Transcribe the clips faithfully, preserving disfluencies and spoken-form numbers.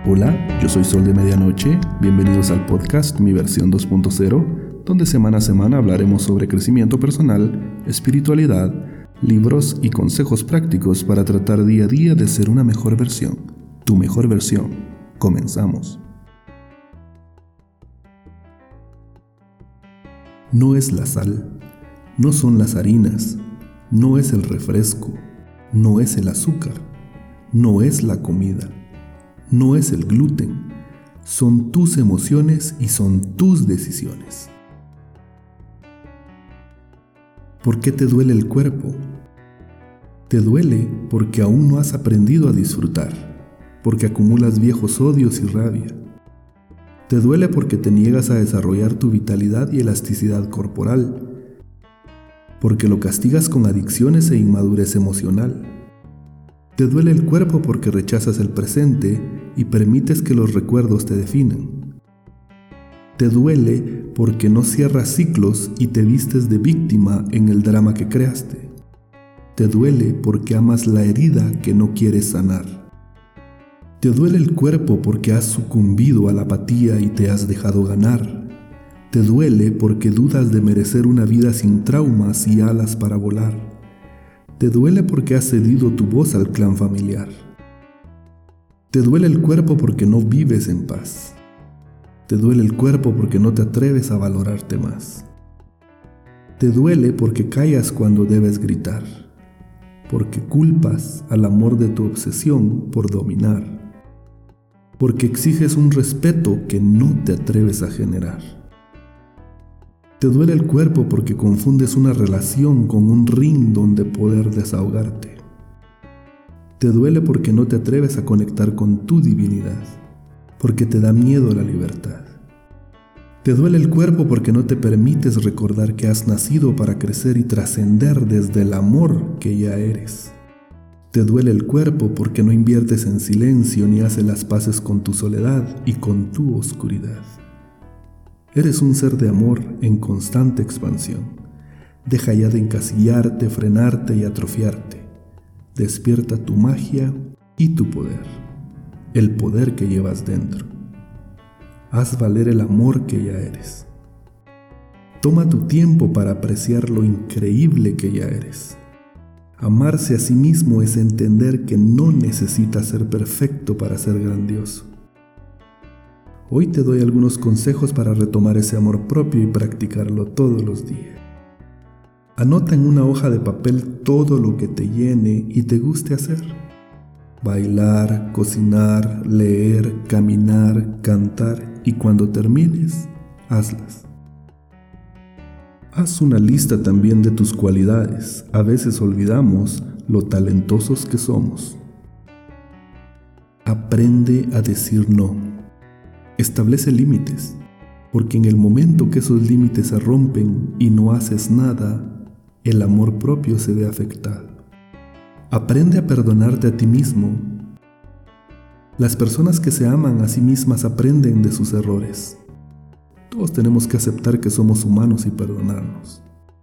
Hola, yo soy Sol de Medianoche, bienvenidos al podcast Mi Versión dos punto cero, donde semana a semana hablaremos sobre crecimiento personal, espiritualidad, libros y consejos prácticos para tratar día a día de ser una mejor versión, tu mejor versión. Comenzamos. No es la sal, no son las harinas, no es el refresco, no es el azúcar, no es la comida. No es el gluten, son tus emociones y son tus decisiones. ¿Por qué te duele el cuerpo? Te duele porque aún no has aprendido a disfrutar, porque acumulas viejos odios y rabia. Te duele porque te niegas a desarrollar tu vitalidad y elasticidad corporal, porque lo castigas con adicciones e inmadurez emocional. Te duele el cuerpo porque rechazas el presente y permites que los recuerdos te definan. Te duele porque no cierras ciclos y te vistes de víctima en el drama que creaste. Te duele porque amas la herida que no quieres sanar. Te duele el cuerpo porque has sucumbido a la apatía y te has dejado ganar. Te duele porque dudas de merecer una vida sin traumas y alas para volar. Te duele porque has cedido tu voz al clan familiar. Te duele el cuerpo porque no vives en paz. Te duele el cuerpo porque no te atreves a valorarte más. Te duele porque callas cuando debes gritar, porque culpas al amor de tu obsesión por dominar, porque exiges un respeto que no te atreves a generar. Te duele el cuerpo porque confundes una relación con un ring donde poder desahogarte. Te duele porque no te atreves a conectar con tu divinidad, porque te da miedo la libertad. Te duele el cuerpo porque no te permites recordar que has nacido para crecer y trascender desde el amor que ya eres. Te duele el cuerpo porque no inviertes en silencio ni haces las paces con tu soledad y con tu oscuridad. Eres un ser de amor en constante expansión. Deja ya de encasillarte, frenarte y atrofiarte. Despierta tu magia y tu poder, el poder que llevas dentro. Haz valer el amor que ya eres. Toma tu tiempo para apreciar lo increíble que ya eres. Amarse a sí mismo es entender que no necesitas ser perfecto para ser grandioso. Hoy te doy algunos consejos para retomar ese amor propio y practicarlo todos los días. Anota en una hoja de papel todo lo que te llene y te guste hacer. Bailar, cocinar, leer, caminar, cantar y cuando termines, hazlas. Haz una lista también de tus cualidades. A veces olvidamos lo talentosos que somos. Aprende a decir no. Establece límites, porque en el momento que esos límites se rompen y no haces nada, el amor propio se ve afectado. Aprende a perdonarte a ti mismo. Las personas que se aman a sí mismas aprenden de sus errores. Todos tenemos que aceptar que somos humanos y perdonarnos.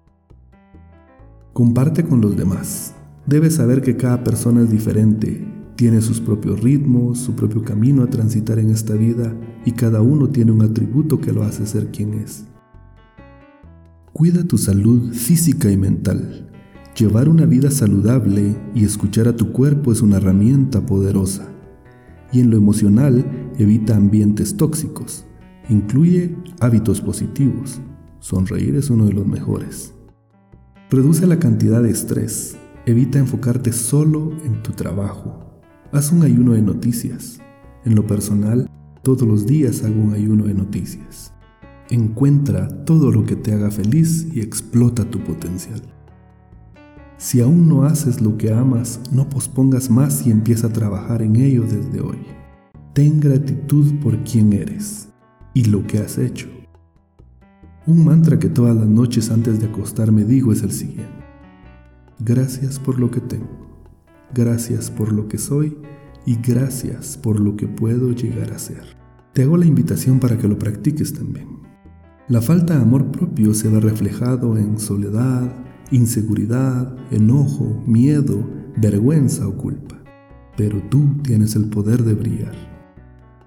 Comparte con los demás. Debes saber que cada persona es diferente. Tiene sus propios ritmos, su propio camino a transitar en esta vida y cada uno tiene un atributo que lo hace ser quien es. Cuida tu salud física y mental. Llevar una vida saludable y escuchar a tu cuerpo es una herramienta poderosa. Y en lo emocional, evita ambientes tóxicos. Incluye hábitos positivos. Sonreír es uno de los mejores. Reduce la cantidad de estrés. Evita enfocarte solo en tu trabajo. Haz un ayuno de noticias. En lo personal, todos los días hago un ayuno de noticias. Encuentra todo lo que te haga feliz y explota tu potencial. Si aún no haces lo que amas, no pospongas más y empieza a trabajar en ello desde hoy. Ten gratitud por quien eres y lo que has hecho. Un mantra que todas las noches antes de acostarme digo es el siguiente. Gracias por lo que tengo. Gracias por lo que soy y gracias por lo que puedo llegar a ser. Te hago la invitación para que lo practiques también. La falta de amor propio se ve reflejado en soledad, inseguridad, enojo, miedo, vergüenza o culpa. Pero tú tienes el poder de brillar.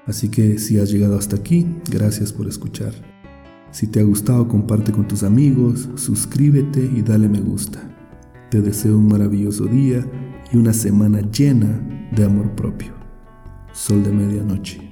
Así que si has llegado hasta aquí, gracias por escuchar. Si te ha gustado, comparte con tus amigos, suscríbete y dale me gusta. Te deseo un maravilloso día y una semana llena de amor propio. Sol de medianoche.